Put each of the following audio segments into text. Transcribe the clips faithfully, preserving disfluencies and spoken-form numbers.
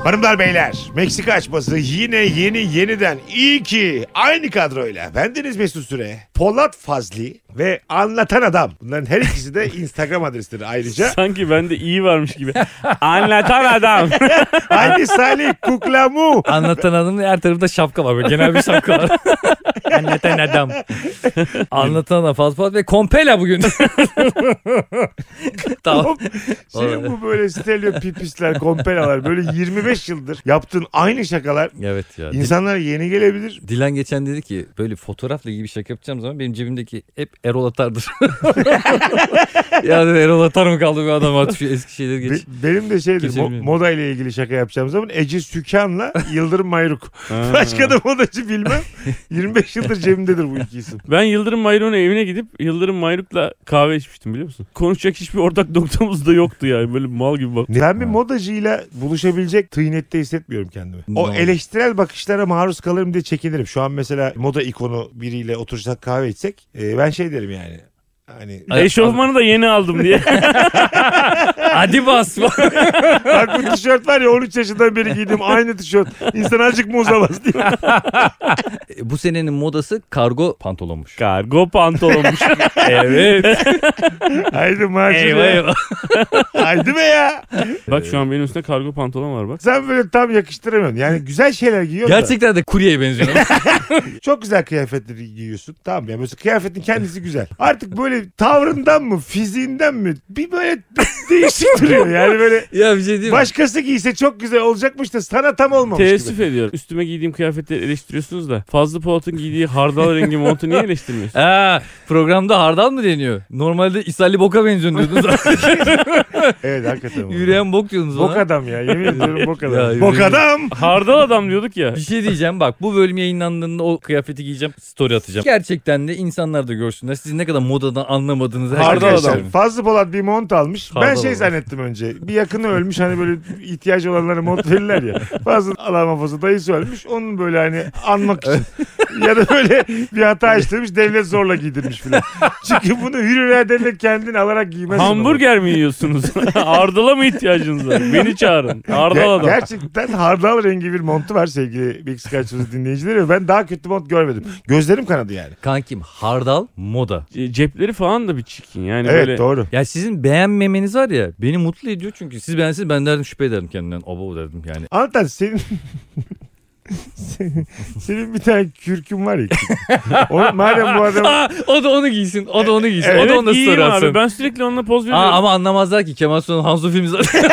Hanımlar beyler, Meksika açması yine yeni yeniden iyi ki aynı kadroyla. Bendeniz Mesut Süre, Polat Fazli ve Anlatan Adam. Bunların her ikisi de Instagram adresleri ayrıca. Sanki bende iyi varmış gibi. Anlatan Adam. Aynı Salih Kuklamu. Anlatan Adam'ın her tarafında şapka var. Böyle genel bir şapka var. Anlatan Adam. Anlatan Adam Fazlı Polat ve Kompela bugün. Tamam. Senin bu böyle stereo pipisler, kompelalar böyle yirmi beş yıldır yaptığın aynı şakalar Evet ya. insanlara yeni gelebilir. Dilan geçen dedi ki böyle fotoğrafla ilgili bir şaka yapacağım zaman benim cebimdeki hep Erol Atar'dır. Ya dedi, Erol Atar mı kaldı bir adam artık şu eski şeyleri geç. Be- benim de şeydir mo- moda ile ilgili şaka yapacağım zaman Ece Sükan'la Yıldırım Mayruk. Başka da modacı bilmem. yirmi beş yıldır cebimdedir bu iki isim. Ben Yıldırım Mayruk'un evine gidip Yıldırım Mayruk'la kahve içmiştim, biliyor musun? Konuşacak hiçbir ortak noktamız da yoktu yani. Böyle mal gibi bak. Ben bir modacıyla buluşabilecek tıynette hissetmiyorum kendimi. O eleştirel bakışlara maruz kalırım diye çekinirim. Şu an mesela moda ikonu biriyle otursak kahve içsek e, ben şey derim yani. Hani eşofmanı da yeni aldım diye. Hadi bas. Bak bu tişört var ya on üç yaşından beri giydiğim aynı tişört. İnsan azıcık mı uzamaz diye. Bu senenin modası kargo pantolonmuş. Kargo pantolonmuş. Evet. Haydi macera. Eyvah eyvah. Haydi be ya. Bak şu an benim üstünde kargo pantolon var bak. Sen böyle tam yakıştıramıyorsun. Yani güzel şeyler giyiyorsun. Gerçekten de kuryeye benziyor. Çok güzel kıyafetleri giyiyorsun. Tamam ya. Mesela kıyafetin kendisi güzel. Artık böyle tavrından mı, fiziğinden mi bir böyle değişik duruyor. Yani böyle Ya bir şey diyeyim mi? başkası giyse çok güzel olacakmış da sana tam olmamış Teessüf gibi. ediyorum. Üstüme giydiğim kıyafetleri eleştiriyorsunuz da Fazlı Polat'ın giydiği hardal rengi montu niye eleştirmiyorsun? Ha, programda hardal mı deniyor? Normalde İsalli Bok'a benziyorsun diyordunuz. Evet hakikaten. Yürüyen bok diyordunuz Bok bana. adam ya. Yemin ediyorum bok adam. Ya, Bok yürüyen- adam. Hardal adam diyorduk ya. Bir şey diyeceğim bak, bu bölüm yayınlandığında o kıyafeti giyeceğim, story atacağım. Gerçekten de insanlar da görsünler sizin ne kadar modadan anlamadığınızı. Hardal herkes Arkadaşlar görsün. Fazlı Polat bir mont almış. Hardal ben şey adam. zannettim önce. Bir yakını ölmüş hani böyle ihtiyacı olanlara mont verirler ya. Fazla Allah muhafaza dayısı ölmüş. Onun böyle hani anmak için. Ya da böyle bir hata işlemiş devlet zorla giydirmiş filan. Çünkü bunu hür iradenle kendin alarak giymezsin. Hamburger mi yiyorsunuz? Hardala mı ihtiyacınız var? Beni çağırın. Hardal Ger- adam. Gerçekten hardal rengi bir montu var sevgili Meksika açması dinleyicileri. Ben daha kötü mont görmedim. Gözlerim kanadı yani. Kankim hardal moda. Ce- Cepleri falan da bir çirkin yani Evet böyle. doğru. Ya sizin beğenmemeniz var ya beni mutlu ediyor çünkü siz beğensiniz ben derdim şüphe ederdim kendimden. Abo derdim yani. Anlatan senin senin, senin bir tane kürkün var ya. O, madem bu adam Aa, o da onu giysin. O da onu giysin. Evet, o da onu da iyiyim story abi. atsın. Ben sürekli onunla poz veriyorum. Aa, ama anlamazlar ki Kemal Sunal'ın Hanzo filmi zaten.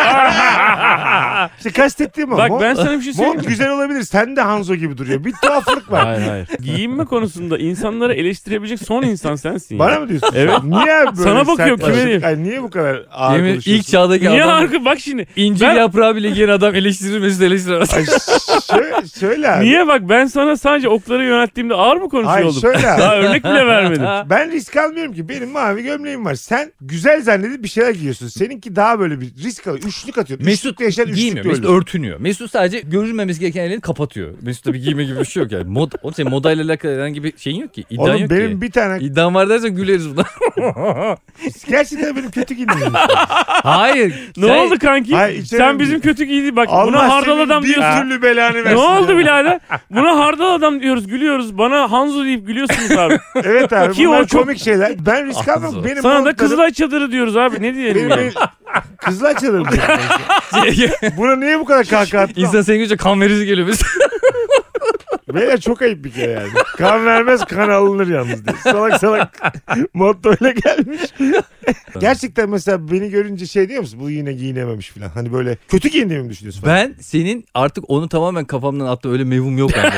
işte kastettiğim o. Bak Mont- ben sana bir şey söyleyeyim Mont mi? güzel olabilir. Sen de Hanzo gibi duruyor. Bir tuhaflık var. Hayır hayır. Giyinme konusunda insanları eleştirebilecek son insan sensin. Bana ya. mı diyorsun? Evet. Niye abi böyle Sana bakıyorum, sert- kime diyeyim? Ay, niye bu kadar ağır Yemin konuşuyorsun? ilk çağdaki Niye adam. arka bak şimdi. İncil Ben- yaprağı bile giyen adam eleştirir Mesut eleştiremez. Ay, şöyle, şöyle abi. Niye bak ben sana sadece okları yönelttiğimde ağır mı konuşuyor Ay oldum? şöyle abi. Daha örnek bile vermedim. Ben risk almıyorum ki. Benim mavi gömleğim var. Sen güzel zannedip bir şeyler giyiyorsun. Seninki daha böyle bir risk alıyor. Üçlük atıyor. Mesut Üçlükle yaşayan giymiyor. üçlükle Mesut ölür. örtünüyor. Mesut sadece görülmemesi gereken ellerini kapatıyor. Mesut'ta bir giyme gibi bir şey yok yani. Mod, o senin modayla alakalı herhangi bir şeyin yok ki. İddian Oğlum yok benim ki. bir tane İddian var dersen güleriz buna. gerçekten benim kötü giyindiğim. Hayır. Ne sen- oldu kanki? Hayır, içeri Sen mi? bizim kötü giydi. Bak Allah buna hardal senin adam bir diyorsun. türlü belanı versin. Ne oldu ya. birader? Buna hardal adam diyoruz, gülüyoruz. Bana Hanzo deyip gülüyorsunuz abi. Evet abi Ki bunlar o çok- komik şeyler. Ben risk almam. Hanzo. Benim Sana da montlarım- Kızılay Çadırı diyoruz abi. Ne diyelim Benim, ya? benim, Kızılay Çadırı diyorum. Buna niye bu kadar kahkaha attın? İnsan senin görünce kan verici geliyor Mesut. Beyler çok ayıp bir kere yani. Kan vermez kan alınır yalnız diye. Salak salak motto öyle gelmiş. Gerçekten mesela beni görünce şey diyor musun? Bu yine giyinememiş falan. Hani böyle kötü giyindiğimi mi düşünüyorsun falan. Ben senin artık onu tamamen kafamdan attım. Öyle mevhum yok bende.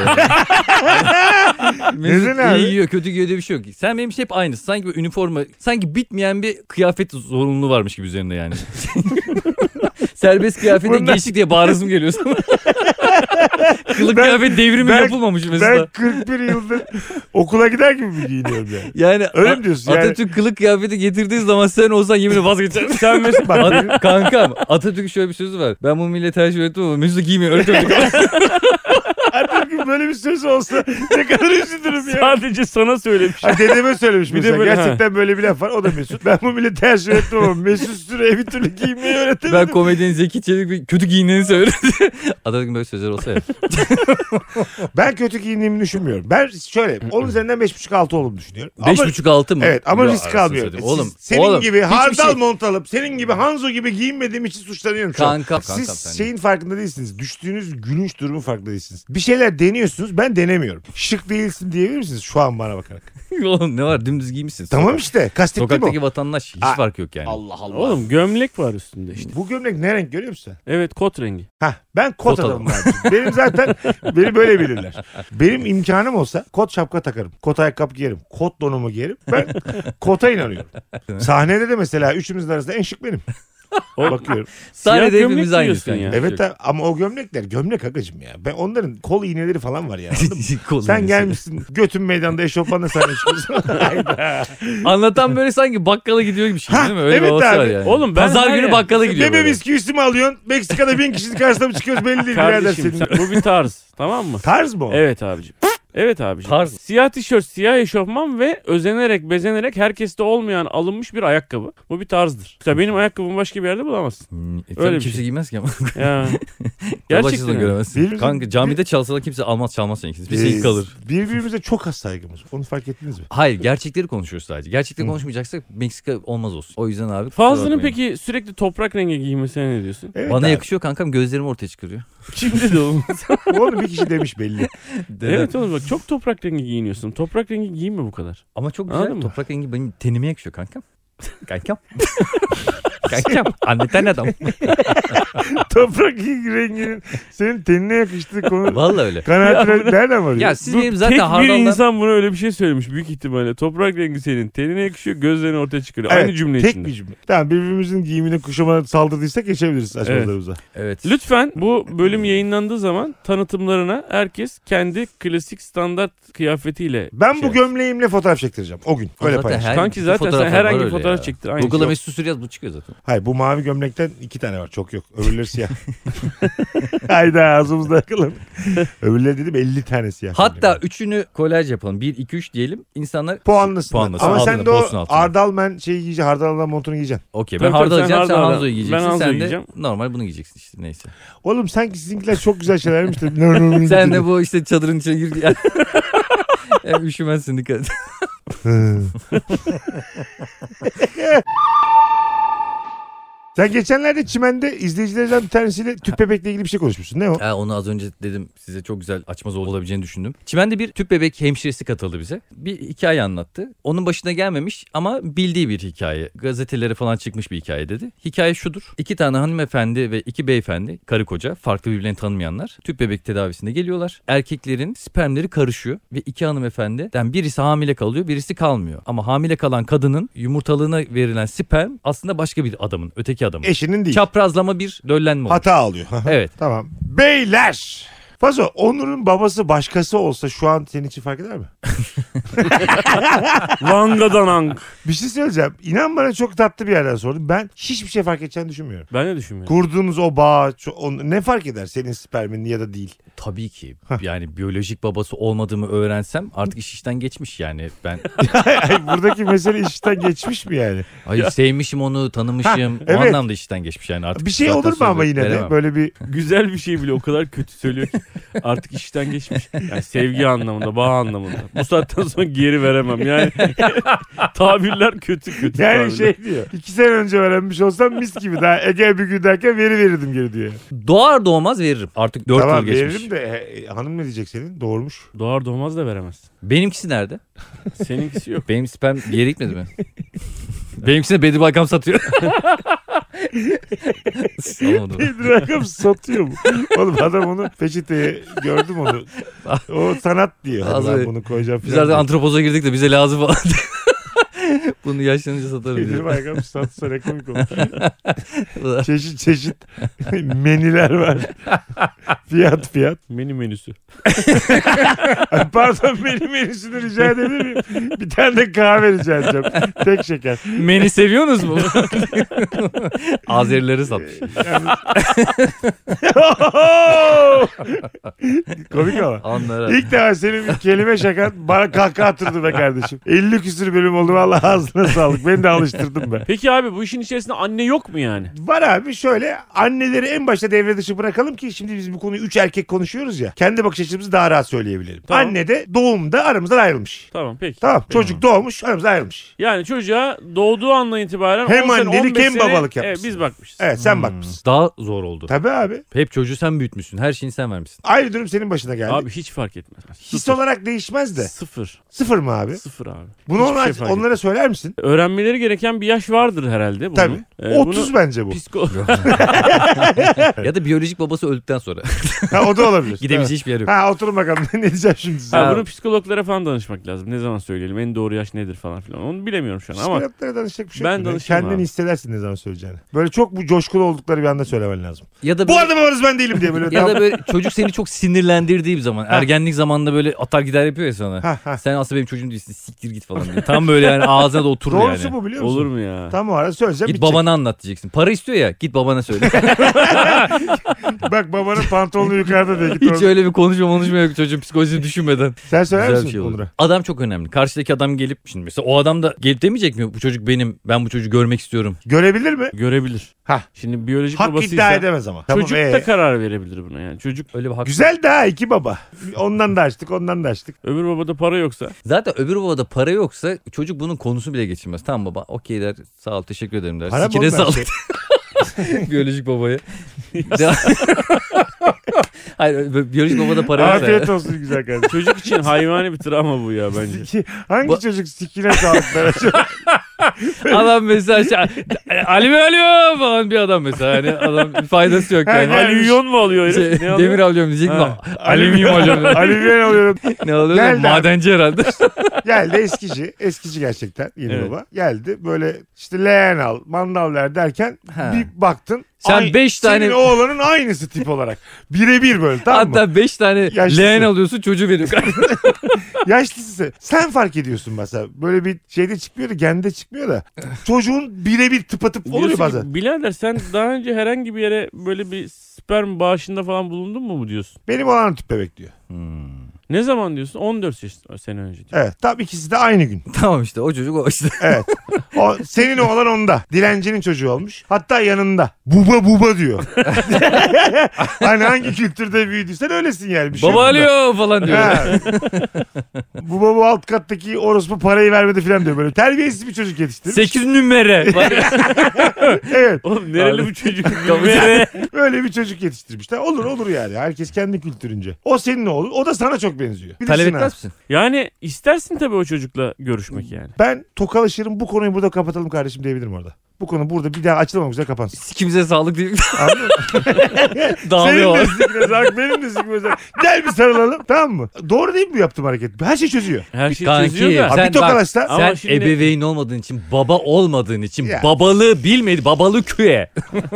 Mesut Neden abi? iyi giyiyor kötü giyiyor diye bir şey yok. Sen benim şey hep aynısı. Sanki bir üniforma, sanki bitmeyen bir kıyafet zorunluluğu varmış gibi üzerinde yani. Serbest kıyafete Bundan- geçtik diye bağırasım geliyor sana. Kılık Ben- kıyafet devrimi ben- yapılmamış Mesut'a. Ben kırk bir yıldır okula gider gibi mi giyiniyorum yani? Yani Öyle A- mi diyorsun? Yani- Atatürk kılık kıyafeti getirdiği zaman sen olsan yeminle vazgeçerdin. Sen mesela Bak, At- kankam Atatürk'ün şöyle bir sözü var. Ben bu millete her şey öğrettim ama Mesut'u giymiyor öğretemedik. Atatürk'ün böyle bir sözü olsa ne kadar üzülürüm ya. Sadece sana söylemiş. Ha, dedeme söylemiş Bir de mesela. böyle, Gerçekten böyle bir laf var. O da Mesut. Ben bu millete her şey öğretmem ama Mesut Süre'ye bir türlü giymeyi öğretemedim. Ben komedyenin Zeki Çelik bir kötü giyindiğini söyledim. Atatürk'ün böyle sözleri olsa ya. Ben kötü giyindiğimi düşünmüyorum. Ben şöyle onun üzerinden beş buçuk altı olduğunu düşünüyorum. Beş Ama- buçuk altı mı? Evet ama Ya, risk arasını almıyorum. satayım. Oğlum, Siz- senin oğlum, gibi hiçbir hardal şey- mont alıp senin gibi Hanzo gibi giyinmediğim için suçlanıyorum şu an. Kanka, Siz kankam sen de. şeyin farkında değilsiniz. Düştüğünüz gülünç durumun farkında değilsiniz. Bir şeyler deniyorsunuz ben denemiyorum. Şık değilsin diyebilir misiniz şu an bana bakarak? Oğlum ne var dümdüz giymişsin. Tamam Sokak- işte kastettim Sokaktaki o. vatandaş hiç Aa, fark yok yani. Allah Allah. Oğlum gömlek var üstünde işte. Bu gömlek ne renk görüyor musun sen? Evet, kot rengi. Hah ben kot, Kot adamım abi. Benim zaten beni böyle bilirler. Benim imkanım olsa kot şapka takarım. Kot ayakkabı giyerim. Kot donumu giyerim. Ben kota inanıyorum. Sahnede de mesela üçümüzün arasında en şık benim. O, Bakıyorum. siyah Sahnede gömlek hepimiz aynıyız giyiyorsun yani. ya. Evet ha- ama o gömlekler gömlek agacım ya. Ben onların kol iğneleri falan var ya. anladın mı? Kolun Sen iyisi. gelmişsin götün meydanda eşofmanla sahne çıkıyorsun. Hayda. Anlatan böyle sanki bakkala gidiyor gibi şey Ha, değil mi? Öyle evet bir havası abi. var yani. Oğlum ben Pazar var günü ya, bakkala gidiyor Bebe böyle. bisküvisi mi alıyorsun? Meksika'da bin kişinin karşısına mı çıkıyoruz belli değil birader Kardeşim senin. sen- bu bir tarz, tamam mı? Tarz mı o? Evet abicim. Evet abicim. Tarz. Siyah tişört, siyah eşofman ve özenerek, bezenerek herkeste olmayan alınmış bir ayakkabı. Bu bir tarzdır. Mesela benim ayakkabımı başka bir yerde bulamazsın. Hmm, e, Öyle tabii bir kimse şey. giymez ki ama. Ya. Gerçekten Gerçekten öyle. göremezsin. Birbirimize- Kanka camide çalsalar kimse almaz çalmaz seninkisi. Bir Ee, şey kalır. Birbirimize çok az saygımız. Onu fark ettiniz mi? Hayır gerçekleri konuşuyoruz sadece. Gerçekleri Hı. konuşmayacaksak Meksika olmaz olsun. O yüzden abi. kusura Fazlının bakmayın. peki sürekli toprak rengi giymesine ne diyorsun? Evet Bana abi. yakışıyor kankam gözlerimi ortaya çıkarıyor. Şimdi de olmaz. Onu bir kişi demiş belli. Evet oğlum bak çok toprak rengi giyiniyorsun. Toprak rengi giyinme bu kadar. Ama çok güzel. Anladın mı? Toprak rengi benim tenime yakışıyor kankam. Kankam. Kankam. Anlatan adam. Toprak renginin senin tenine yakıştığı konu. Vallahi öyle. Kanaatine nereden var? Ya siz Bu benim zaten tek bir hardaldan... insan buna öyle bir şey söylemiş büyük ihtimalle. Toprak rengi senin. Tenine yakışıyor, gözlerini ortaya çıkarıyor. Evet, Aynı cümle tek içinde. bir cümle. Tamam birbirimizin giyimine kuşamana saldırdıysak geçebiliriz açmalarımıza. Evet. Lütfen bu bölüm yayınlandığı zaman tanıtımlarına herkes kendi klasik standart kıyafetiyle. Ben şey bu yapsın. gömleğimle fotoğraf çektireceğim. O gün. Öyle Zaten paylaşacağım. her- Kanki bütün zaten sen fotoğraflar herhangi var bir öyle fotoğraf ya. çektir. Aynı Google'a şey. Mesut Süre yaz bu çıkıyor zaten. Hayır bu mavi gömlekten iki tane var. Çok yok. Öbürleri siyah. Hayda ağzımızda yakalandık. Öbürleri dedim elli tane siyah. Hatta gömlek. üçünü kolaj yapalım. bir, iki, üç diyelim. İnsanlar puanlısın. Puanlasın. Ama Altına, sen de o postun altına. Hardalman şeyi giyeceksin. Hardalman montunu giyeceksin. okey Tabii ben tabii, hardal sen alacağım sen hardal al. Hanzo'yu giyeceksin. Ben Hanzo'yu sen de giyeceğim. normal bunu giyeceksin işte neyse. Oğlum sanki sizinkiler çok güzel şeylermiş de. No, no, no, Sen no. de bu işte çadırın içine gir. Yani. Hem üşümezsin dikkat et. Sen geçenlerde çimende izleyicilerden bir tanesiyle tüp bebekle ilgili bir şey konuşmuşsun. Ne o? Ha, onu az önce dedim size çok güzel açmaz olabileceğini düşündüm. Çimen'de bir tüp bebek hemşiresi katıldı bize. Bir hikaye anlattı. Onun başına gelmemiş ama bildiği bir hikaye. Gazetelere falan çıkmış bir hikaye dedi. Hikaye şudur. İki tane hanımefendi ve iki beyefendi, karı koca, farklı birbirlerini tanımayanlar tüp bebek tedavisine geliyorlar. Erkeklerin spermleri karışıyor ve iki hanımefendiden birisi hamile kalıyor, birisi kalmıyor. Ama hamile kalan kadının yumurtalığına verilen sperm aslında başka bir adamın, öteki adamın. Eşinin değil. Çaprazlama bir döllenme olmuş. Hata alıyor. Evet. Tamam. Beyler. Fazo Onur'un babası başkası olsa şu an senin için fark eder mi? Vangadanang. Bir şey söyleyeceğim. İnan bana çok tatlı bir yerden sordum. Ben hiçbir şey fark edeceğini düşünmüyorum. Ben de düşünmüyorum. Kurduğunuz o bağ ço- on- ne fark eder senin spermin ya da değil? Tabii ki. Yani biyolojik babası olmadığımı öğrensem artık iş işten geçmiş yani. Ben Ay, buradaki mesele işten geçmiş mi yani? hayır sevmişim onu, tanımışım. Ha, o evet. anlamda işten geçmiş yani artık. Bir şey zaten olur mu ama sözü yine de veremem. böyle bir Güzel bir şey bile o kadar kötü söylüyor ki artık işten geçmiş. Yani sevgi anlamında, bağ anlamında. Bu saatten sonra geri veremem. Yani tabirler kötü kötü. yani tabirler. şey diyor. İki sene önce öğrenmiş olsam mis gibi daha Ege bir gün derken veri verirdim geri diyor. Doğar doğmaz veririm. Artık dört Tamam yıl geçmiş. veririm de he, hanım ne diyecek senin? Doğurmuş. Doğar doğmaz da veremez. Benimkisi nerede? Seninkisi yok. Benim sperm bir yere gitmedi mi? Benimkisine Bedir Baykam satıyor. Olmadı. Bir rakam satıyor mu? Oğlum adam onu peçeteye gördüm onu. O sanat diyor. Hadi Az lan öyle. bunu koyacağım Biz falan artık diyor. antropoza girdik de bize lazım falan. Bunu yaşlanınca satarım Peynir diyor. bayram satsa ne komik olur. Çeşit çeşit menüler var. Fiyat fiyat. Menü menüsü. Ay, pardon menü menüsünü rica edebilir miyim? Bir tane de kahve rica edeceğim. Tek şeker. Menü seviyorsunuz mu? Azerileri satmış. Yani... Komik ama. Anlar. İlk defa senin bir kelime şakan bana kahkaha attırdı be kardeşim. elli küsür bölüm oldu vallahi ağzına sağlık. Beni de alıştırdın be. Peki abi bu işin içerisinde anne yok mu yani? Var abi şöyle anneleri en başta devre dışı bırakalım ki şimdi biz bu konuyu üç erkek konuşuyoruz ya. Kendi bakış açımızı daha rahat söyleyebilelim. Tamam. Anne de doğumda aramızdan ayrılmış. Tamam peki. Tamam çocuk doğmuş aramızdan ayrılmış. Yani çocuğa doğduğu andan itibaren Hem on sene, annelik on beş hem sene, babalık evet, yapmışsın. biz bakmışız. Evet sen bakmışsın. Daha zor oldu. Tabii abi. Hep çocuğu sen büyütmüşsün. Her şeyini sen vermişsin. Aynı durum senin başına geldi. Abi hiç fark etmez. His Sıfır. olarak değişmez de. Sıfır. Sıfır mı abi? Sıfır abi. Bunu Hiçbir onlar- şey fark onlara söyler misin? etmez. Öğrenmeleri gereken bir yaş vardır herhalde. Bunu. Tabii. Ee, otuz bence bu. Psiko... Ya da biyolojik babası öldükten sonra. Ha, o da olabilir. Gidebileceği hiçbir yer yok. Ha oturun bakalım ne diyeceğim şimdi size. Ha, Ha. bunu psikologlara falan danışmak lazım. Ne zaman söyleyelim? En doğru yaş nedir falan filan. Onu bilemiyorum şu an ama Psikologlara danışacak bir şey Ben yok. danışayım Kendini abi. hissedersin ne zaman söyleyeceğini. Böyle çok bu coşkulu oldukları bir anda söylemen lazım. Ya da Bu böyle, arada babanız ben değilim diye böyle. ya da böyle çocuk seni çok sinirlendirdiği bir zaman. Ergenlik zamanında böyle atar gider yapıyor ya sana. Ha, ha. Sen aslında benim çocuğum değilsin. Siktir git falan diyor. Tam böyle yani ağzına da oturur Doğrusu yani. bu biliyor musun? olur mu ya? Tam o arada söyleyeceğim. Git bitecek. babana anlat diyeceksin. Para istiyor ya. Git babana söyle. Bak babanın pantolonu yukarıda diye. Git Hiç orada. öyle bir konuşma konuşma yok çocuğun psikolojisini düşünmeden. Sen söyler Güzel bir misin şey olur. Onur'a? Adam çok önemli. Karşıdaki adam gelip şimdi mesela o adam da gelip demeyecek mi? Bu çocuk benim. Ben bu çocuğu görmek istiyorum. Görebilir mi? Görebilir. Ha. Şimdi biyolojik Hak babasıysa iddia edemez ama. çocuk Tamam, da ee? karar verebilir buna yani. Çocuk Öyle bir hak. Güzel daha iki baba. Ondan da açtık ondan da açtık. öbür babada para yoksa Zaten öbür babada para yoksa çocuk bunun konusunu bile geçirmez. Tamam baba okey der. Sağ ol teşekkür ederim der. Para mı Sikine oğlum her sağlık. şey? Biyolojik babaya. Hayır biyolojik babada para yoksa. Afiyet olsun güzel kardeşim. çocuk için hayvani bir travma bu ya bence. Siki- Hangi Bu- çocuk sikine sağlık der? Adam mesela şey, Ali mi alıyor falan bir adam mesela. Hani adam bir faydası yok yani. Ha, Alüvyon mu alıyor? Şey, herif? Ne alıyor? demir alıyorum diyecek mi? Ha. Alüminyum alıyorum. Alüvyen alıyorum. Ne alıyor? Nereden? Madenci herhalde. Geldi eskici. Eskici gerçekten yeni Evet. baba. Geldi böyle işte leğen al, mandal ver derken Ha. bir baktın. Sen ay- beş tane- Senin oğlanın aynısı tip olarak. Birebir böyle tamam mı? Hatta beş tane Yaşlısı. leğen alıyorsun çocuğu veriyor. Yaşlısı. Sen fark ediyorsun mesela. Böyle bir şeyde çıkmıyor da gende çıkmıyor da. Çocuğun birebir tıpatıp oluyor Diyorsun ki, bazen. birader sen daha önce herhangi bir yere böyle bir sperm bağışında falan bulundun mu bu diyorsun? Benim oğlan tüp bebek diyor. Hmm. Ne zaman diyorsun? on dört yaş sene önce diyor. Evet tam ikisi de aynı gün. Tamam işte o çocuk o işte. Evet. O, senin oğlan onda. Dilencinin çocuğu olmuş. Hatta yanında. Buba buba diyor. Hani hangi kültürde büyüdüysen öylesin yani. Bir şey Baba yok bunda. alıyor falan diyor. Ha. Buba bu alt kattaki orospu parayı vermedi falan diyor böyle. Terbiyesiz bir çocuk yetiştirmiş. Sekiz numara. Evet. Oğlum nereli Abi. bu çocuk? Tabii. Nereye? Öyle bir çocuk yetiştirmişler. Olur olur yani. Herkes kendi kültürünce. O senin oğlun. O da sana çok benziyor. Bilirsin Talep ha. etmez misin? Yani istersin tabii o çocukla görüşmek yani. Ben tokalaşırım bu konuyu burada kapatalım kardeşim diyebilirim orada. Bu konu burada bir daha açılmamak üzere kapansın. Sikimize sağlık diye Anladın mı? dağılıyor. Senin de sikine sağlık, benim de sikime sağlık. Gel bir sarılalım tamam mı? Doğru değil mi bu yaptığım hareket? Her şey çözüyor. Her şey Kanki, çözüyor da. Abi Sen bir tokalaşsa Ama Sen şimdi- ebeveyn olmadığın için, baba olmadığın için, Ya. babalığı bilmedi, babalı küye.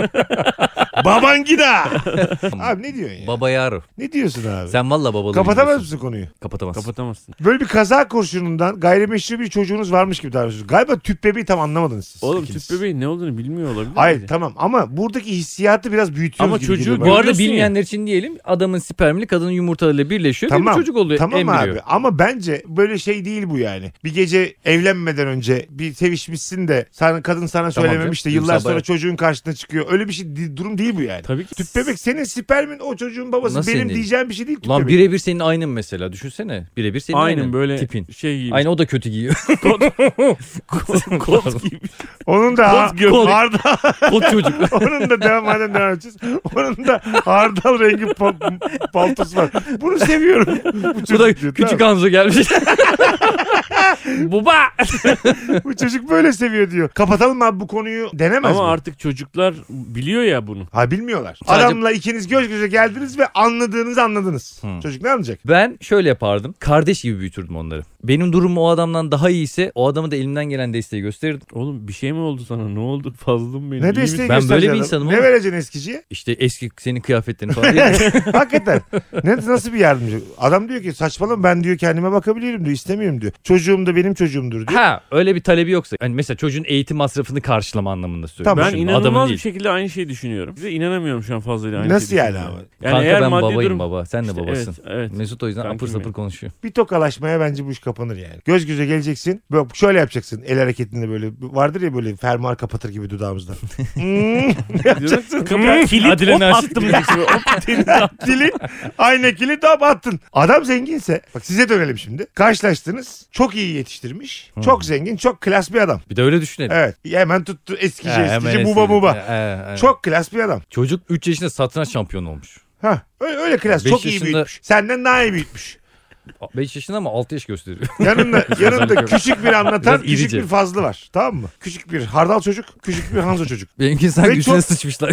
baban gida. Abi ne diyorsun ya? Baba yar. Ne diyorsun abi? Sen valla babalığı Kapatamaz bilmiyorsun. mısın konuyu? Kapatamazsın. Kapatamazsın. Böyle bir kaza kurşunundan gayrimeşru bir çocuğunuz varmış gibi davranıyorsunuz. Galiba tüp bebeği tam anlamadınız siz. Oğlum ikiniz. tüp bebeğin ne olduğunu bilmiyor olabilir. Hayır mi? tamam ama buradaki hissiyatı biraz büyütüyoruz Ama gibi çocuğu geliyor Bu bana. arada Görüyorsun bilmeyenler için diyelim adamın spermli kadının yumurtalarıyla birleşiyor ve Tamam, bir çocuk oluyor. Tamam embriyo. abi ama bence böyle şey değil bu yani. Bir gece evlenmeden önce bir sevişmişsin de sana, kadın sana Tamam söylememiş de canım, yıllar duygusal sonra bayağı. çocuğun karşısına çıkıyor. Öyle bir şey di- durum değil bu yani. Tabii ki. Tüp bebek senin spermin o çocuğun babası Nasıl benim senin değil? diyeceğim bir şey değil tüp Lan bebek. birebir senin aynın mesela düşünsene. Birebir senin Aynen aynın. böyle Tipin. şey gibi. Aynı o da kötü giyiyor. Kot gibi. Onun da ha- Kot gö- Kot. hardal, Kot çocuk. onun da devam madem devam edeceğiz. Onun da hardal rengi pa- paltosu var. Bunu seviyorum. Bu çocuk, Bu da diyor, küçük tamam. Hanzo gelmiş. Baba. Bu çocuk böyle seviyor diyor. Kapatalım abi bu konuyu denemez Ama mi? artık çocuklar biliyor ya bunu. Ha bilmiyorlar. Sadece- Adamla ikiniz göz göze geldiniz ve anladığınızı anladınız. Hmm. Çocuk ne anlayacak? Ben şöyle yapardım. Kardeş gibi büyütürdüm onları. benim durumum o adamdan daha iyiyse o adamı da elimden gelen desteği gösterirdim. Oğlum bir şey mi oldu sana? Ne oldu? Fazlım benim. Ne İyi desteği misin? Ben böyle göstereceksin bir adam? insanım Ne ama. vereceksin eskiciye? İşte eski senin kıyafetlerini falan. Hakikaten. Ne, nasıl bir yardımcı? Adam diyor ki saçmalama, ben diyor kendime bakabilirim diyor. İstemiyorum diyor. Çocuğum da benim çocuğumdur diyor. Ha öyle bir talebi yoksa. Hani mesela çocuğun eğitim masrafını karşılama anlamında söylüyorum. Tamam. Ben Şimdi inanılmaz adamın bir değil. şekilde aynı şeyi düşünüyorum. Size inanamıyorum şu an fazlayla aynı Nasıl şeyi yani düşünüyorum. ama? Yani Kanka eğer ben maddi babayım durum... baba. Sen de İşte babasın. Evet, evet. Mesut o yüzden Kankim apır sapır benim. konuşuyor. Bir tokalaşmaya bence bu iş kapanır yani. Göz göze geleceksin. Böyle şöyle yapacaksın. El hareketinde böyle. Vardır ya böyle fermuar kapatır gibi dudağımızdan. Hmm, yapacaksın. Kapıya kilit Adile hop Naşit attım diyeceksin. Hop kilit Kilit. Aynı kilit hop attın. Adam zenginse. Bak size dönelim şimdi. Karşılaştınız. Çok iyi yetiştirmiş. Çok zengin. Çok klas bir adam. Bir de öyle düşünelim. Evet. Hemen tuttu eskici Ha, hemen eskici buba eski. buba. Ha, ha, ha. Çok klas bir adam. Çocuk üç yaşında satranç şampiyonu olmuş. Ha, öyle, öyle klas. Beş Çok iyi yaşında- büyütmüş. Senden daha iyi büyütmüş. beş yaşında ama altı yaş gösteriyor. Yanında, yanında küçük bir anlatan, Biraz küçük irice. bir fazlı var. Tamam mı? Küçük bir hardal çocuk, küçük bir Hanzo çocuk. Benimki sen Ve güçüne çok- sıçmışlar.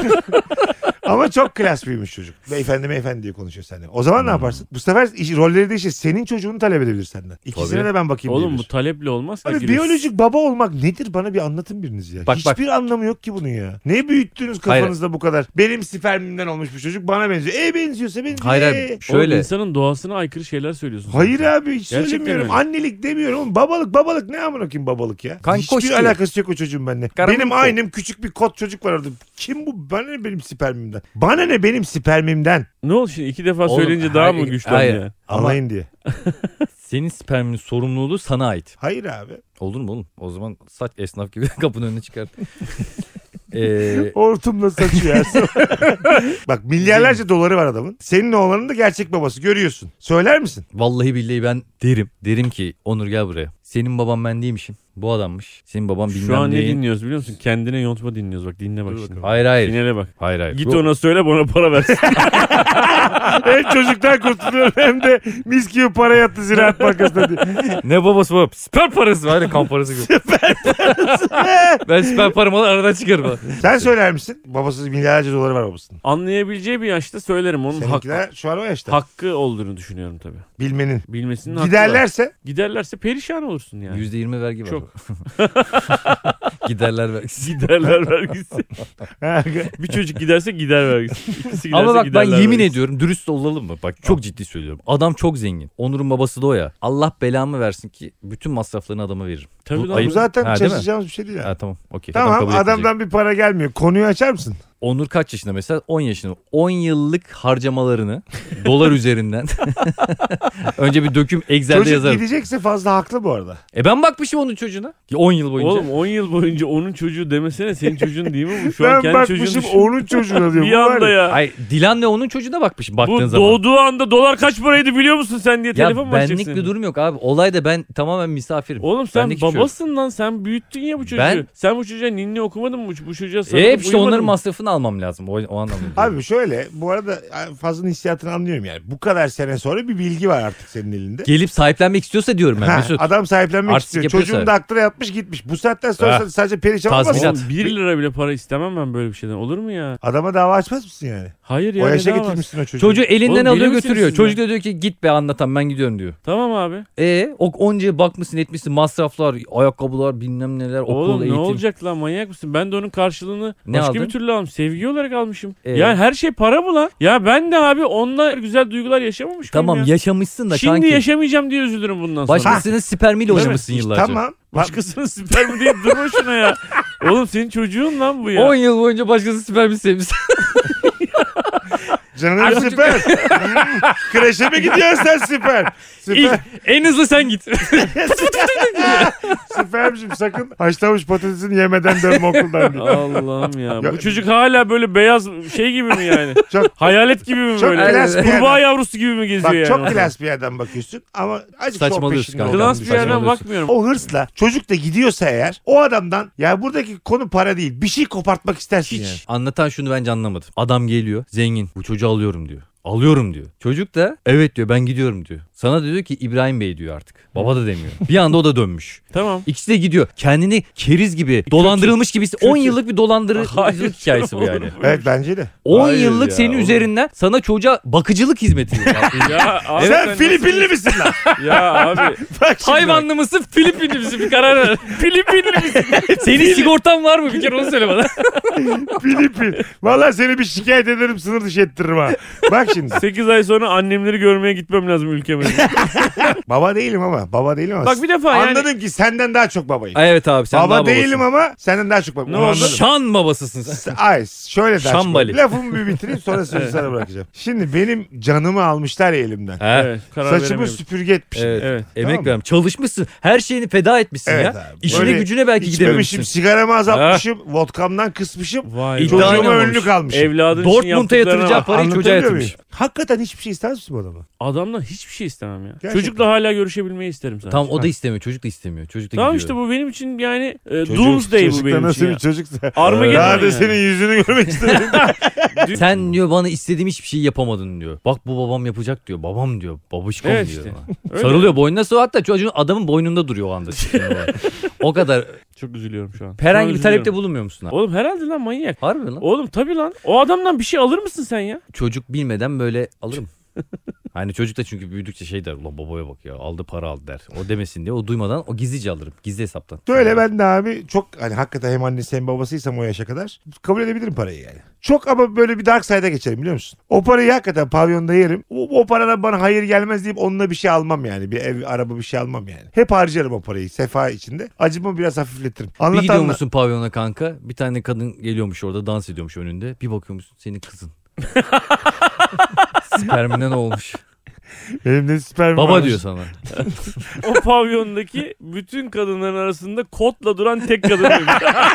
Ama çok klas büyümüş çocuk. Beyefendi beyefendi diye konuşuyor seninle. O zaman ne yaparsın? Bu sefer iş, rolleri değişir. Senin çocuğunu talep edebilir senden. İkisine Tabii. de ben bakayım Oğlum bu diyebilir. taleple olmaz. ki. Abi Giriyorsun. biyolojik baba olmak nedir? Bana bir anlatın biriniz ya. Bak, Hiçbir anlamı yok ki bunun ya. Ne büyüttünüz kafanızda bu kadar? Benim spermimden olmuş bu çocuk bana benziyor. E benziyorsa benziyor. Hayır E. abi Oğlum şöyle. insanın doğasına aykırı şeyler söylüyorsun. Hayır sen. abi hiç Gerçekten söylemiyorum. öyle. Annelik demiyorum oğlum. Babalık babalık ne amına koyayım babalık ya. Kankoş Hiçbir diyor. alakası yok o çocuğun benimle. Karamın Benim ko- aynım küçük bir kot çocuk var orada. Kim bu? Bana ne benim spermimden? Bana ne benim spermimden? Ne oldu şimdi? İki defa Oğlum, söyleyince daha mı hayır, güçlendi hayır. yani? Ama Anlayın diye. senin sperminin sorumluluğu sana ait. Hayır abi. Olur mu oğlum? O zaman saç esnaf gibi kapının önüne çıkar. Eee Hortumla saçıyor her sabah. Bak milyarlarca doları var adamın. Senin oğlanın da gerçek babası görüyorsun. Söyler misin? vallahi billahi ben derim. Derim ki Onur gel buraya. Senin baban ben değilmişim. Bu adammış. Senin baban bilmem Şu an ne neyin. dinliyoruz biliyor musun? Kendine yontma dinliyoruz. Bak dinle bak Dur şimdi. bakalım. Hayır hayır. Finale bak. Hayır hayır. Git Bu- ona söyle bana para versin. Hem çocuktan kurtuluyorum hem de mis gibi para yattı Ziraat Bankası'na diye. Ne babası baba? Süper parası var ya kan parası gibi. Süper parası. Ben süper paramı alır aradan çıkarım. falan. Sen söyler misin? Babası milyarlarca doları var babasının. Anlayabileceği bir yaşta söylerim. Onun hak, Seninkiler şu an o yaşta. hakkı olduğunu düşünüyorum tabii. Bilmenin. Bilmesinin hakkı var. Giderlerse Giderlerse perişan olursun yani. yüzde yirmi vergi var. Çok. Giderler vergisi. Giderler vergisi. Bir çocuk giderse gider vergisi. İkisi giderse Ama bak ben giderler yemin vergisi. ediyorum dürüst olalım mı? Bak çok ciddi söylüyorum. Adam çok zengin. Onur'un babası da o ya. Allah belamı versin ki bütün masraflarını adama veririm. Tabii Bu lan. bu ayıp. zaten Ha, değil mi? çalışacağımız bir şey değil. Ha Yani. tamam okey. Adam Tamam kabul etmeyecek. adamdan bir para gelmiyor. Konuyu açar mısın? Onur kaç yaşında mesela? on yaşında. on yıllık harcamalarını dolar üzerinden önce bir döküm Excel'de Çocuk yazarım. gidecekse fazla haklı bu arada. E ben bakmışım onun çocuğuna. on yıl boyunca. Oğlum on yıl boyunca onun çocuğu demesene senin çocuğun değil mi bu? Şu an Ben kendi çocuğun bakmışım düşün. onun çocuğuna diyor. Bir Bu var anda ya. Ay Dilan ve onun çocuğuna bakmışım baktığın Bu zaman. doğduğu anda dolar kaç paraydı biliyor musun sen diye Ya telefon mu benlik açacaksın? bir durum yok abi. Olayda ben tamamen misafirim. Oğlum sen Benlik hiçbir şey yok. babasın lan sen büyüttün ya bu çocuğu. Ben- Sen bu çocuğa ninni okumadın mı? Bu çocuğa E sarılıp hep işte uyumadın onların mı? masrafını almam lazım. O, o anlamda. diyorum. Abi şöyle bu arada fazla hissiyatını anlıyorum yani. Bu kadar sene sonra bir bilgi var artık senin elinde. Gelip sahiplenmek istiyorsa diyorum ben Ha, Mesut. adam sahiplenmek Artistik istiyor. yapıyorsa. Çocuğun da aklına yatmış gitmiş. Bu saatten sonra Ha. sadece perişan Tazminat. olmasın. Oğlum bir lira bile para istemem ben böyle bir şeyden. Olur mu ya? Adama dava açmaz mısın yani? Hayır ya. O yaşa ne davası? getirmişsin o çocuğu. Çocuğu elinden Oğlum, alıyor deli misiniz götürüyor. siz ya? Çocuk da diyor ki git be anlatan ben gidiyorum diyor. Tamam abi. E o onca bakmışsın etmişsin masraflar, ayakkabılar bilmem neler, Oğlum okul, ne eğitim. olacak lan manyak mısın? Ben de onun karşılığını Ne başka aldın? bir türlü aldım. Sevgi olarak almışım. Ee? Yani her şey para mı lan? Ya ben de abi onunla güzel duygular yaşamamış Tamam mıyım ya? yaşamışsın da Şimdi kanki. yaşamayacağım diye üzülürüm bundan sonra. Başkasının spermiyle Değil mi? oynamışsın İşte yıllarca. tamam. Başkasının spermi deyip durma şuna ya. Oğlum senin çocuğun lan bu ya. on yıl boyunca başkasının spermi sevmiş. Canım süper. Hmm, Kreşe mi gidiyorsun sen süper? İlk, Süper. en hızlı sen git. Süpermişim sakın haşlanmış patatesini yemeden dönme okuldan diye. Allah'ım ya. Ya- Bu çocuk hala böyle beyaz şey gibi mi yani? Çok Hayalet gibi mi Çok böyle? klas bir Kurbağa adam. yavrusu gibi mi geziyor Bak yani? çok klas bir yerden bakıyorsun ama acık çok Saçmalıyorsun peşinde kanka. olan Klas bir yerden Saçmalıyorsun. bakmıyorum. O hırsla çocuk da gidiyorsa eğer o adamdan ya buradaki konu para değil bir şey kopartmak istersin Hiç. yani. Anlatan şunu bence anlamadı. Adam geliyor zengin bu çocuğu alıyorum diyor. Alıyorum diyor. Çocuk da evet diyor ben gidiyorum diyor. Sana da diyor ki İbrahim Bey diyor artık. Baba da demiyor. Bir anda o da dönmüş. Tamam. İkisi de gidiyor. Kendini keriz gibi dolandırılmış gibi. on yıllık bir dolandırıcılık hikayesi bu yani. Evet bence de. on Hayır yıllık ya, senin oğlum. üzerinden sana çocuğa bakıcılık hizmeti yapıyor. Ya abi Sen nasıl- Filipinli misin lan? Ya abi. Bak şimdi. Tayvanlı mısın Filipinli misin bir karar ver. Filipinli misin? Senin sigortan var mı bir kere onu söyle bana. Filipin. Vallahi seni bir şikayet ederim, sınır dışı ettiririm ha. Bak şimdi. sekiz ay sonra annemleri görmeye gitmem lazım ülkeme. Baba değilim ama. Baba değilim ama. Bak bir defa yani. Anladım ki senden daha çok babayım. Evet abi sen Baba daha değilim babasın. ama senden daha çok babayım. Ne Onu oldu? anladım. Şan babasısın sen. Ay şöyle der. Şambali. Lafımı bir bitireyim sonra sözü sana bırakacağım. Şimdi benim canımı almışlar ya elimden. He. Evet, karar Saçımı veremiyorum. süpürge etmişim. Evet. Evet. Emek Tamam mı? vermiş. Çalışmışsın. Her şeyini feda etmişsin Evet ya. abi. İşine Böyle gücüne belki İçmemişim, gidememişsin. sigaramı azaltmışım, vodkamdan kısmışım. Vay İddia be. Çocuğuma oynamamış. önlük almışım. Evladın için Dortmund'a yaptıklarına yatıracağı bak. parayı çocuğa Anlatabiliyor yatırmış. muyum? Hakikaten hiçbir şey ister misin bu adama? Adamdan hiçbir şey istemem ya. Gerçekten. Çocukla hala görüşebilmeyi isterim sadece. Tamam o da istemiyor. Çocuk da istemiyor. Çocuk da Tamam gidiyor. işte bu benim için yani e, Çocuk- doomsday bu çocukla benim nasıl için bir ya. çocuksa. Armageddon Daha da yani. senin yüzünü görmek istedim. Sen diyor bana istediğim hiçbir şey yapamadın diyor. Bak bu babam yapacak diyor. Babam diyor. Babuşkom Evet diyor. işte. bana. Öyle. Sarılıyor boynuna sonra hatta çocuğun adamın boynunda duruyor o anda. O kadar. Çok üzülüyorum şu an. Şu an Herhangi bir talepte üzülüyorum. bulunmuyor musun? Abi? Oğlum herhalde lan manyak. Harbi lan. Oğlum tabii lan. O adamdan bir şey alır mısın sen ya? Çocuk bilmeden böyle alırım. Hani çocuk da çünkü büyüdükçe şey der. Ulan babaya bak ya aldı para aldı der. O demesin diye o duymadan o gizlice alırım. Gizli hesaptan. Böyle ben de abi çok hani hakikaten hem annesi hem babasıysam o yaşa kadar kabul edebilirim parayı yani. Çok ama böyle bir dark side'a geçerim biliyor musun? O parayı hakikaten pavyonda yerim. O, o paradan bana hayır gelmez deyip onunla bir şey almam yani. Bir ev, araba bir şey almam yani. Hep harcarım o parayı sefa içinde. Acımı biraz hafifletirim. Bir Anlat gidiyor anla. musun pavyona kanka? Bir tane kadın geliyormuş orada dans ediyormuş önünde. Bir bakıyormuşsun senin kızın. Spermine ne olmuş? Benim de sperm Baba varmış. diyor sana. O pavyondaki bütün kadınların arasında kotla duran tek kadın.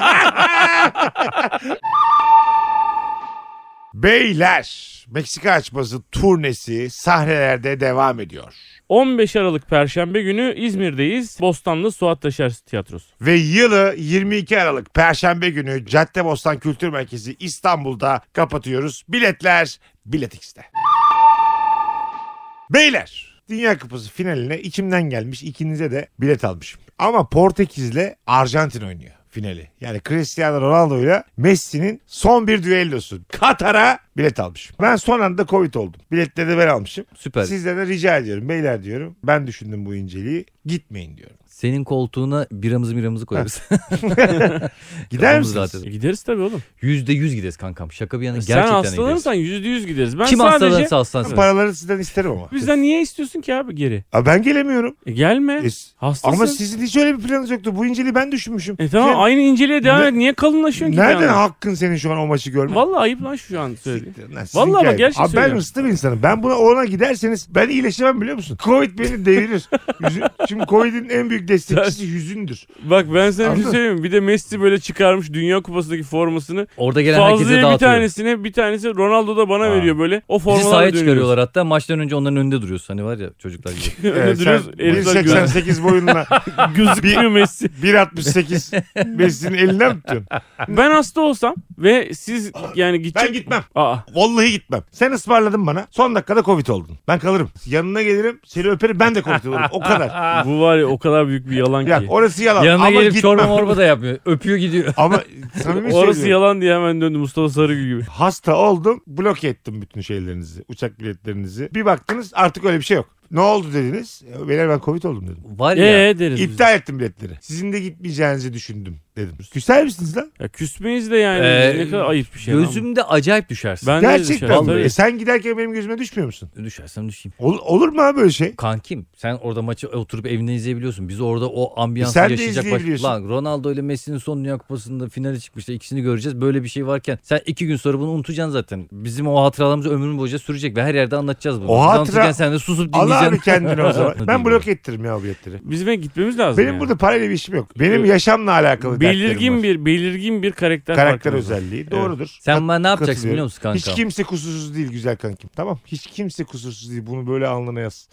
Beyler, Meksika açması turnesi sahnelerde devam ediyor. on beş Aralık Perşembe günü İzmir'deyiz. Bostanlı Suat Taşer Tiyatrosu. Ve yılı yirmi iki Aralık Perşembe günü Caddebostan Kültür Merkezi İstanbul'da kapatıyoruz. Biletler Bilet X'te. Beyler, Dünya Kupası finaline içimden gelmiş ikinize de bilet almışım. Ama Portekiz'le Arjantin oynuyor finali. Yani Cristiano Ronaldo ile Messi'nin son bir düellosu. Katar'a bilet almışım. Ben son anda Covid oldum. Biletleri de ben almışım. Süper. Sizden de rica ediyorum beyler diyorum. Ben düşündüm bu inceliği. Gitmeyin diyorum. Senin koltuğuna biramızı biramızı koyarız. Gider Tamam misiniz? zaten. E gideriz tabii oğlum. Yüzde yüz gideriz kankam. Şaka bir yana Sen gerçekten hastalanırsan yüzde yüz gideriz. Ben Kim sadece... hastalanırsa hastansın. Paraları sizden isterim ama. Bizden niye istiyorsun ki abi geri? Abi ben gelemiyorum. E gelme. E, Hastasın. ama sizin hiç öyle bir planınız yoktu. Bu inceliği ben düşünmüşüm. E tamam Sen- aynı inceliğe devam Ne- et. Niye kalınlaşıyorsun ki? bir Nereden anda? hakkın senin şu an o maçı görmek? Vallahi ayıp lan şu an söylediğin. Siktir lan, sizin Vallahi bak hikaye. gerçekten Abi ben söylüyorum. hırslı bir insanım. Ben buna ona giderseniz ben iyileşemem biliyor musun? Covid beni devirir. Yüzün, şimdi Covid'in en büyük destekçisi hüzündür. Bak ben sana bir şey Anladın? söyleyeyim mi? Bir de Messi böyle çıkarmış Dünya Kupası'ndaki formasını. Orada gelen herkese Fazla'ya bir dağıtıyor. tanesine bir tanesi Ronaldo da bana Ha. veriyor böyle. O Bizi formalarla sahaya dönüyoruz. çıkarıyorlar hatta. Maçtan önce onların önünde duruyoruz. Hani var ya çocuklar gibi. Önde Evet, duruyoruz. sen Herifler bir göz, seksen sekiz boyunla gözükmüyor Messi. bir altmış sekiz Messi'nin elinden mi tutuyorsun? Ben hasta olsam ve siz yani gidecek... Ben gitmem. Aa. Vallahi gitmem. Sen ısmarladın bana. Son dakikada Covid oldun. Ben kalırım. Yanına gelirim. Seni öperim. Ben de Covid olurum. O kadar. Bu var ya o kadar büyük bir yalan Ya ki. orası yalan. Yanına Ama gelip gitmem. çorba morba da yapmıyor. Öpüyor gidiyor. Ama samimi Orası söylüyorum. yalan diye hemen döndü Mustafa Sarıgül gibi. Hasta oldum. Bloke ettim bütün şeylerinizi. Uçak biletlerinizi. Bir baktınız artık öyle bir şey yok. Ne oldu dediniz? Ya, beyler ben Covid oldum dedim. Var ya. Eee deriz biz. İptal ettim biletleri. Sizin de gitmeyeceğinizi düşündüm dedim. Küser misiniz lan? Ya küsmeyiz de yani Ee, ne kadar ayıp bir şey. lan bu. Gözümde acayip düşersin. Ben de Gerçekten düşerim, mi? tabii. E sen giderken benim gözüme düşmüyor musun? Düşersem düşeyim. Ol- olur mu abi böyle şey? Kankim sen orada maçı oturup evinde izleyebiliyorsun. Biz orada o ambiyansı Sen de yaşayacak. Baş... izleyebiliyorsun. Lan Ronaldo ile Messi'nin son Dünya Kupası'nda finale çıkmıştı. İkisini göreceğiz. Böyle bir şey varken sen iki gün sonra bunu unutacaksın zaten. Bizim o hatıralarımız ömrümüz boyunca sürecek ve her yerde anlatacağız bunu. O Biz hatıra- anlatırken sen de susup Allah dinleyeceksin. abi kendini o zaman. Ben Değil blok mi? ettiririm ya o biletleri. Bizim gitmemiz lazım Benim yani. burada parayla bir işim yok. Benim yaşamla alakalı dertlerim belirgin var. bir belirgin bir karakter Karakter farkımız var. özelliği. Doğrudur. Sen Kat- bana ne yapacaksın katılıyorum. biliyor musun kanka? Hiç kimse kusursuz değil güzel kankim. Tamam. Hiç kimse kusursuz değil. Bunu böyle alnına yaz.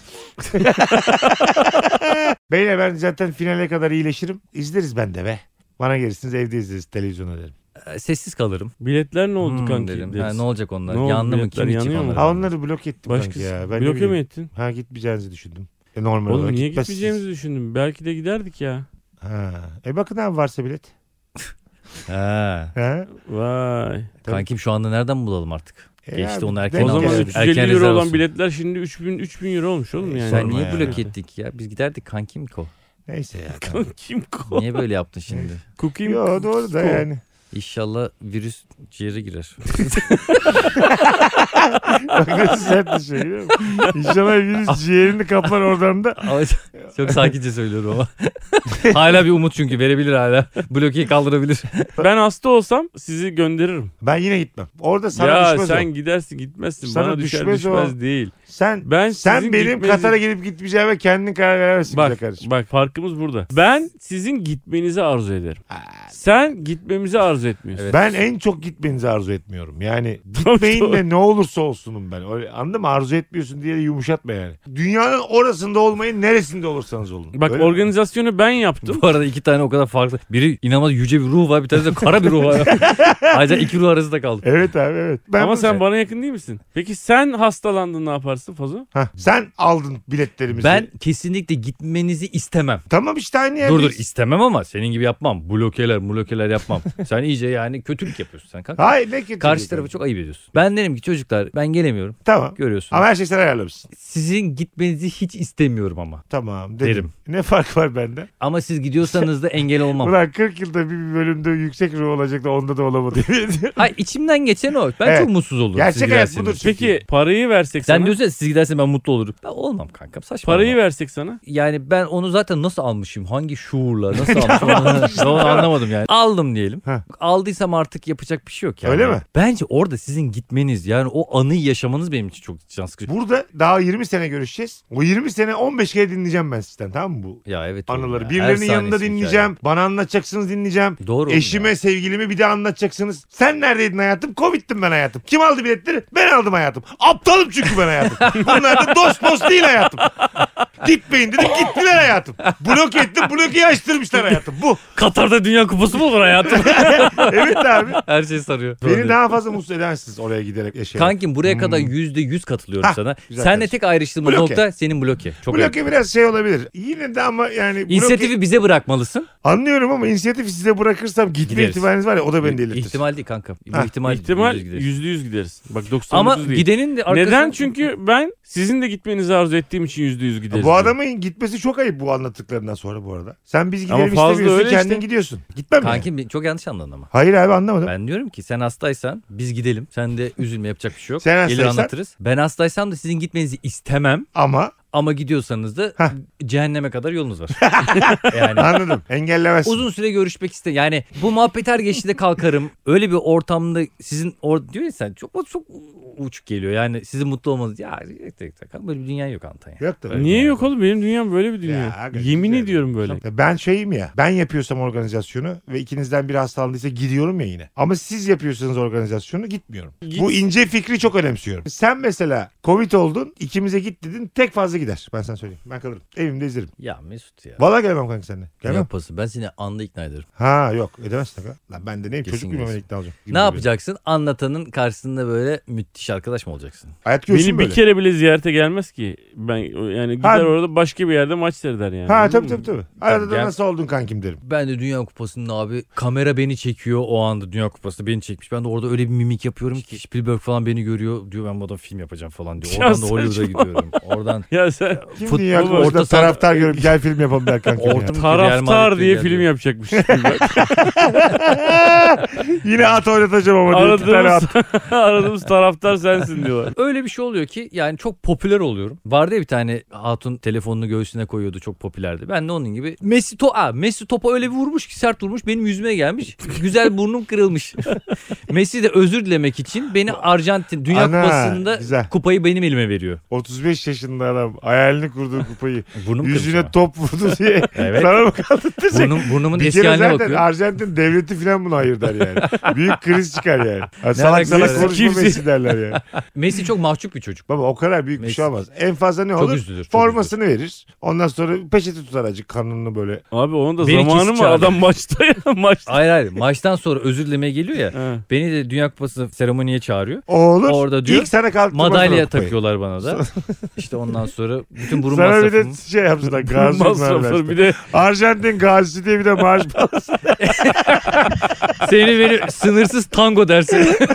Beyler ben zaten finale kadar iyileşirim. İzleriz ben de be. Bana gelirsiniz evde izleriz televizyona derim. e, sessiz kalırım. Biletler ne oldu Hmm kanki? derim. deriz. Ha, ne olacak onlar? Ne oldu, Yandı mı? biletler Kim içecek yanıyor mu? onları? Ha onları blok ettim Başkası. kanki ya. Ben ne Bloke mi bileyim. ettin? Ha gitmeyeceğinizi düşündüm. E, normal Oğlum olarak niye gitmezsiniz. gitmeyeceğimizi düşündüm. Belki de giderdik ya. Ha. E bakın abi varsa bilet. Ha. Ha? Vay. Kankim şu anda nereden bulalım artık? E Geçti abi, onu denk erken O zaman geldi. aldık. üç yüz elli Erken euro olan rezervasyon. biletler şimdi üç bin üç bin euro olmuş oğlum yani. Sen Sorma niye ya. blok ettik ya? Biz giderdik kankim ko. Neyse ya. Tamam. Kim ko? Niye böyle yaptın şimdi? Cooking. Yo doğru da yani. İnşallah virüs ciğere girer. Bak nasıl sert bir şey biliyor musun? İnşallah virüs ciğerini kaplar oradan da. Ama çok sakince söylüyorum ama. Hala bir umut çünkü verebilir hala. Blokeyi kaldırabilir. Ben hasta olsam sizi gönderirim. Ben yine gitmem. Orada sana ya düşmez sen o. gidersin gitmezsin. Sana Bana düşer düşmez düşmez o. değil. Sen Ben sen sizin benim gitmenizi- Katar'a gelip gitmeyeceğime kendin karar veremezsin güzel Bak kardeşim. bak farkımız burada. Ben sizin gitmenizi arzu ederim. Sen gitmemizi arzu etmiyorsun. Evet. Ben en çok gitmenizi arzu etmiyorum. Yani Doğru, gitmeyin doğru. de ne olursa olsunum ben. Öyle, anladın mı? Arzu etmiyorsun diye de yumuşatma yani. Dünyanın orasında olmayın, neresinde olursanız olun. Bak Öyle mi? organizasyonu ben yaptım. Bu arada iki tane o kadar farklı. Biri inanılmaz yüce bir ruh var. Bir tanesi de kara bir ruh var. Ayrıca iki ruh arasında kaldım. Evet abi evet. Ben Ama bunu- sen bana yakın değil misin? Peki sen hastalandın ne yaparsın Fazo? Hah, sen aldın biletlerimizi. Ben kesinlikle gitmenizi istemem. Tamam işte aynı Dur yerdeyiz. dur istemem ama senin gibi yapmam. Blokeler blokeler yapmam. Sen iyice yani kötülük yapıyorsun sen kanka. Hayır ne kötü. Karşı tarafı çok ayıp ediyorsun. Ben derim ki çocuklar ben gelemiyorum. Tamam. Görüyorsun. Ama her şey sen ayarlamışsın. Sizin gitmenizi hiç istemiyorum ama. Tamam dedim. Derim. Ne fark var bende? Ama siz gidiyorsanız da engel olmam. Ulan kırk yılda bir bölümde yüksek ruh olacak da onda da olamadı. Hayır içimden geçen o. Ben Evet. çok mutsuz olurum. Gerçek siz hayat giderseniz. budur. Peki parayı versek Sen sana. diyorsun ya siz giderseniz ben mutlu olurum. Ben olmam kankam saçma. Parayı versek sana. Yani ben onu zaten nasıl almışım? Hangi şuurla nasıl almışım? Ben onu anlamadım yani. Aldım diyelim. Ha. Aldıysam artık yapacak bir şey yok yani. Öyle mi? Bence orada sizin gitmeniz yani o anıyı yaşamanız benim için çok can sıkıcı. Burada daha yirmi sene görüşeceğiz. O yirmi sene on beş kere dinleyeceğim ben sizden tamam mı bu? Ya evet. oğlum Anıları. ya. Birilerinin Her yanında sahnesi dinleyeceğim. Bana anlatacaksınız dinleyeceğim. hikaye. Doğru. oğlum Eşime, ya. sevgilimi bir de anlatacaksınız. Sen neredeydin hayatım? Covid'tim ben hayatım. Kim aldı biletleri? Ben aldım hayatım. Aptalım çünkü ben hayatım. Bunlar da dost dost değil hayatım. Gitmeyin dedim gittiler hayatım. Blok ettim blokeyi açtırmışlar hayatım. Bu. Katar'da Dünya Kupası mı olur hayatım? Evet abi. Her şey sarıyor. Beni daha fazla mutsuz edemezsiniz oraya giderek yaşayarak. Kankim buraya kadar yüzde yüz katılıyorum Hah, sana. güzel Seninle kardeşim. tek ayrıştığımız Bloke. nokta senin bloke. Çok Bloke biraz şey olabilir. Yine de ama yani bloke... İnisiyatifi bize bırakmalısın. Anlıyorum ama inisiyatifi size bırakırsam gitme Gideriz. ihtimaliniz var ya o da beni delirtir. İhtimal değil kanka. Bu Ha, ihtimal. İhtimal yüzde yüz gideriz. yüzde yüz gideriz. Bak doksan Ama dokuz değil. gidenin de arkasından... Neden? Çünkü ben sizin de gitmenizi arzu ettiğim için yüzde yüz gideriz. Bu diyorum. adamın gitmesi çok ayıp bu anlattıklarından sonra bu arada. Sen biz Ama gidelim fazla istemiyorsun öyle kendin işte. gidiyorsun. Gitmem yani. Kankim çok yanlış anladın ama. Hayır abi anlamadım. Ben diyorum ki sen hastaysan biz gidelim. Sen de üzülme yapacak bir şey yok. Sen Gelir hastaysan- anlatırız. Ben hastaysam da sizin gitmenizi istemem. Ama Ama gidiyorsanız da Hah. cehenneme kadar yolunuz var. yani anladım. Engellemezsin. uzun süre görüşmek iste. Yani bu muhabbet her geçtiğinde kalkarım. Öyle bir ortamda sizin or diyor ya sen çok çok uçuk geliyor. Yani sizin mutlu olmanız ya böyle bir dünya yok Antalya. Yok da. Niye yok oğlum? Benim dünyam böyle bir dünya. Ya, aga, Yemin güzel. ediyorum böyle. Ben şeyim ya. Ben yapıyorsam organizasyonu ve ikinizden biri hastalandıysa gidiyorum ya yine. Ama siz yapıyorsanız organizasyonu gitmiyorum. Git. Bu ince fikri çok önemsiyorum. Sen mesela Covid oldun, ikimize git dedin. Tek fazla gider. Ben sana söyleyeyim. Ben kalırım. Evimde izlerim. Ya Mesut ya. Valla gelmem kanka seninle. Ne Gelmem. yapasın? Ben seni anda ikna ederim. Ha yok edemezsin kanka. Lan ben de neyim Kesin çocuk muyum hemen gidersin. ikna olacağım. Ne yapacaksın? Anlatanın karşısında böyle müthiş arkadaş mı olacaksın? Hayat görsün Beni böyle. bir kere bile ziyarete gelmez ki. Ben yani gider Ha. orada başka bir yerde maç seyreder yani. Ha Anladın tabii mı? tabii tabii. Arada da gel- nasıl oldun kankim derim. Ben de Dünya Kupası'nda abi kamera beni çekiyor o anda Dünya Kupası'nda beni çekmiş. Ben de orada öyle bir mimik yapıyorum ki Spielberg falan beni görüyor. Diyor ben bu adam film yapacağım falan diyor. Ya Oradan da Hollywood'a saçma. gidiyorum. Oradan Ya sen Kim Futbol dünya orta kupasında saha- taraftar görüp gel film yapalım der kankim ya. Orta- Real taraftar Madrid'de diye geldi. film yapacakmış. Yine at oynatacağım ama diye iki tane at. aradığımız, aradığımız taraftar sensin diyorlar. öyle bir şey oluyor ki yani çok popüler oluyorum. Vardı ya bir tane hatun telefonunu göğsüne koyuyordu çok popülerdi. Ben de onun gibi Messi, to Aa, Messi topa öyle bir vurmuş ki sert vurmuş benim yüzüme gelmiş. Güzel burnum kırılmış. Messi de özür dilemek için beni Arjantin Dünya Ana, Kupası'nda güzel. kupayı benim elime veriyor. otuz beş yaşında adam Hayalini kurduğu kupayı. Burnum Yüzüne kırmış top vurdu diye. Evet. Sana mı kaldırtacak? Burnum, burnumun Bir eski kere haline zaten bakıyorum. Arjantin devleti falan bunu hayır der yani. Büyük kriz çıkar yani. Ha, salak alakası salak var? konuşma Kimse- Messi derler yani. Messi çok mahcup bir çocuk. Baba o kadar büyük bir Messi- şey olmaz. En fazla ne Çok olur? üzülür, çok Formasını verir. Ondan sonra peçete tutar acık karnını böyle. Abi onun da Beni zamanı kes mı? çağırdı. Adam maçta ya. Maçta. Hayır hayır. Maçtan sonra özür dilemeye geliyor ya. Ha. Beni de Dünya Kupası seremoniye çağırıyor. O olur. Orada diyor, İlk sana kaldırmaz Madalya o kupayı. takıyorlar bana da. İşte ondan sonra bütün burun Sana bir de masrafımı. şey yapsınlar. Gazi Masrafları bir de Arjantin gazisi diye bir de maaş parası. Seni beni sınırsız tango dersi.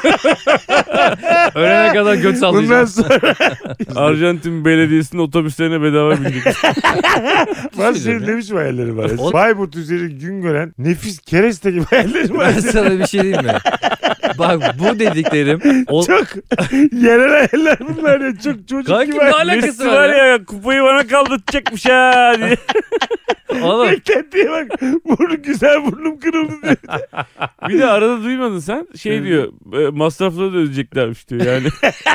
Ölene kadar göt Bundan sallayacağım. sonra Arjantin belediyesinin otobüslerine bedava bindik. ben söylüyorum senin ya. ne biçim hayalleri var. O- Bayburt üzeri gün gören nefis kereste gibi hayalleri var. Ben sana bir şey diyeyim mi? Bak bu dediklerim o... Çok yerel hayaller bunlar ya. Çok çocuk Kanki gibi ne hayaller. alakası Messi var var ya? ya kupayı bana kaldırtacakmış ha diye. Oğlum Beklentiye bak. Burnu güzel burnum kırıldı diyor. Bir de arada duymadın sen şey diyor e, masrafları da ödeyeceklermiş diyor yani.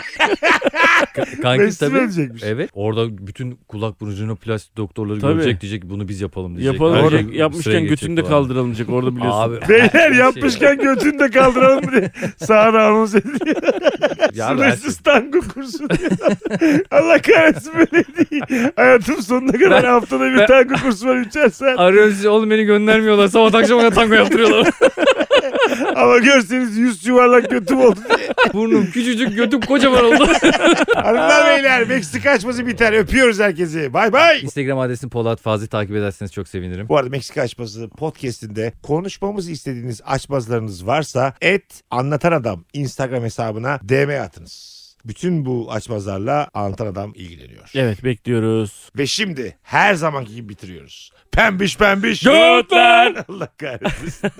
kanki Messi mi tabii. ödeyecekmiş? Evet. Orada bütün kulak burnu plastik doktorları Tabii. görecek diyecek bunu biz yapalım diyecek. Yapalım Orada diyecek, sıraya yapmışken geçecek götünü de falan. kaldıralım diyecek orada biliyorsun. Abi, Beyler her şey yapmışken götünü de kaldıralım diye sağda anons ediliyor. Ya abi, her Sınırsız tango kursu diyor. Allah kahretsin böyle değil. Hayatım sonuna kadar Ben- haftada bir ben- tango kursu var üçer saat. Arıyorum sizi oğlum beni göndermiyorlar. Sabah akşam kadar tango yaptırıyorlar. Ama görseniz yüz yuvarlak götüm oldu diye. Burnum küçücük götüm kocaman oldu. Hanımlar beyler Meksika açması biter. Öpüyoruz herkesi. Bay bay. Instagram adresim Polat Fazlı takip ederseniz çok sevinirim. Bu arada Meksika açması podcastinde konuşmamızı istediğiniz açmazlarınız varsa et anlatan adam Instagram hesabına D M atınız. Bütün bu açmazlarla anlatan adam ilgileniyor. Evet bekliyoruz. Ve şimdi her zamanki gibi bitiriyoruz. Pembiş pembiş. Götler. Allah kahretsin.